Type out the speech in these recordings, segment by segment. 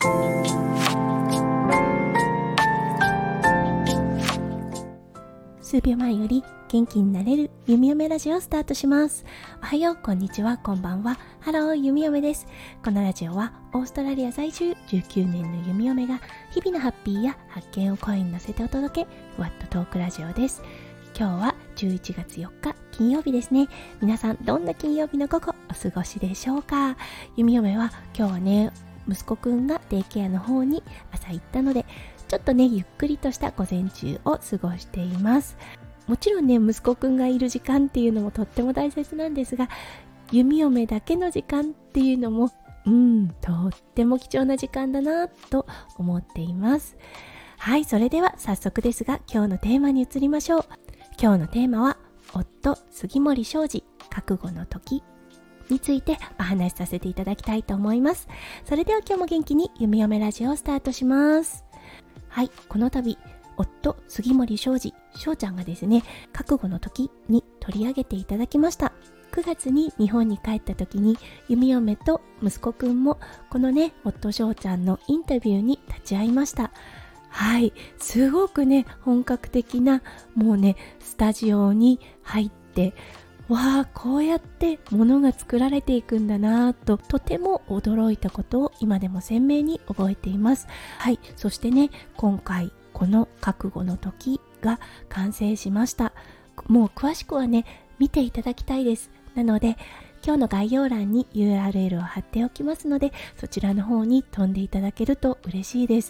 数秒前より元気になれる弓嫁ラジオをスタートします。おはよう、こんにちは、こんばんは。ハロー、弓嫁です。このラジオはオーストラリア在住19年の弓嫁が日々のハッピーや発見を声に乗せてお届け、ふわっとトークラジオです。今日は11月4日金曜日ですね。皆さんどんな金曜日の午後お過ごしでしょうか。弓嫁は今日はね、息子くんがデイケアの方に朝行ったので、ちょっとね、ゆっくりとした午前中を過ごしています。もちろんね、息子くんがいる時間っていうのもとっても大切なんですが、弓嫁だけの時間っていうのもとっても貴重な時間だなと思っています。はい、それでは早速ですが、今日のテーマに移りましょう。今日のテーマは夫杉森昌司覚悟の時についてお話しさせていただきたいと思います。それでは今日も元気に弓嫁ラジオをスタートします。はい、この度夫杉森昌司翔ちゃんがですね、覚悟の時に取り上げていただきました。9月に日本に帰った時に弓嫁と息子くんもこのね、夫翔ちゃんのインタビューに立ち会いました。はい、すごくね、本格的なもうね、スタジオに入ってわあ、こうやって物が作られていくんだなぁと、とても驚いたことを今でも鮮明に覚えています。はい、そしてね、今回この覚悟の時が完成しました。もう詳しくはね、見ていただきたいです。なので今日の概要欄に URL を貼っておきますので、そちらの方に飛んでいただけると嬉しいです。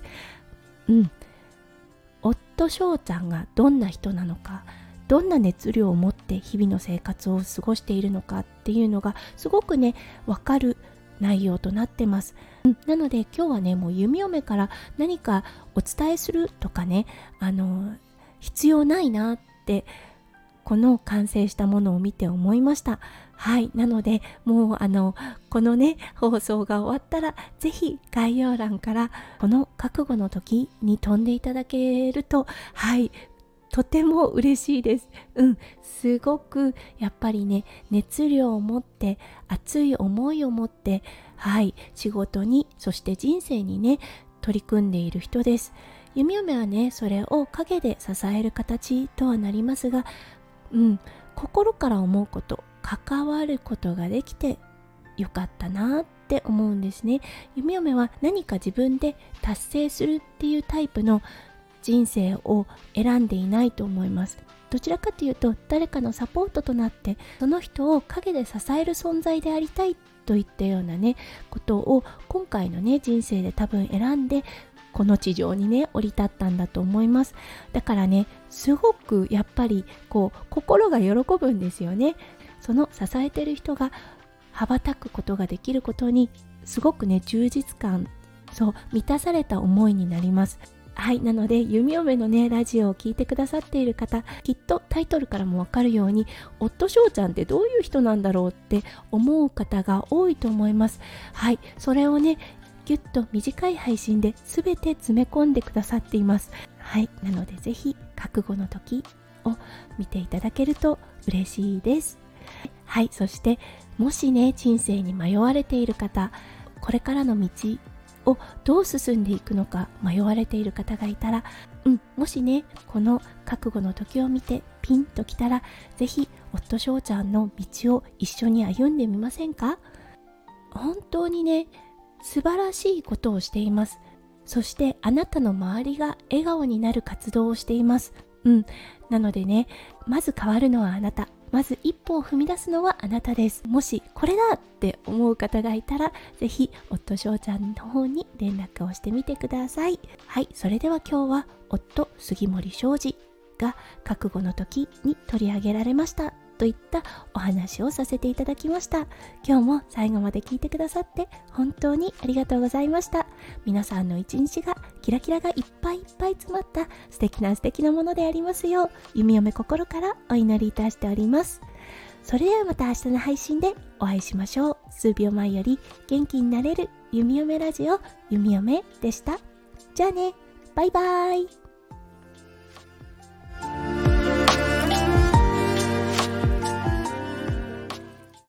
夫翔ちゃんがどんな人なのか、どんな熱量を持って日々の生活を過ごしているのかっていうのがすごくね、わかる内容となってます。なので今日はね、もう弓嫁から何かお伝えするとかね、必要ないなってこの完成したものを見て思いました。はい、なのでもうこのね、放送が終わったらぜひ概要欄からこの覚悟の時に飛んでいただけると、はい、とても嬉しいです。すごくやっぱりね、熱量を持って熱い思いを持って、はい、仕事にそして人生にね、取り組んでいる人です。弓嫁はね、それを陰で支える形とはなりますが、心から思うこと、関わることができてよかったなって思うんですね。弓嫁は何か自分で達成するっていうタイプの人生を選んでいないと思います。どちらかというと、誰かのサポートとなってその人を陰で支える存在でありたいといったようなね、ことを今回のね、人生で多分選んでこの地上にね、降り立ったんだと思います。だからね、すごくやっぱり心が喜ぶんですよね。その支えてる人が羽ばたくことができることにすごくね、充実感、満たされた思いになります。はい、なので弓嫁のね、ラジオを聞いてくださっている方、きっとタイトルからもわかるように、夫翔ちゃんってどういう人なんだろうって思う方が多いと思います。はい、それをね、ぎゅっと短い配信で全て詰め込んでくださっています。はい、なのでぜひ覚悟の時を見ていただけると嬉しいです。はい、そしてもしね、人生に迷われている方、これからの道をどう進んでいくのか迷われている方がいたら、もしね、この覚悟の時を見てピンときたら、ぜひ夫翔ちゃんの道を一緒に歩んでみませんか？本当にね、素晴らしいことをしています。そしてあなたの周りが笑顔になる活動をしています。なのでね、まず変わるのはあなた、まず一歩を踏み出すのはあなたです。もしこれだって思う方がいたら、ぜひ夫翔ちゃんの方に連絡をしてみてください。はい、それでは今日は夫杉森昌司が覚悟の時に取り上げられましたといったお話をさせていただきました。今日も最後まで聞いてくださって本当にありがとうございました。皆さんの一日がキラキラがいっぱいいっぱい詰まった素敵なものでありますよう、弓嫁心からお祈りいたしております。それではまた明日の配信でお会いしましょう。数秒前より元気になれる弓嫁ラジオ、弓嫁でした。じゃあね、バイバイ。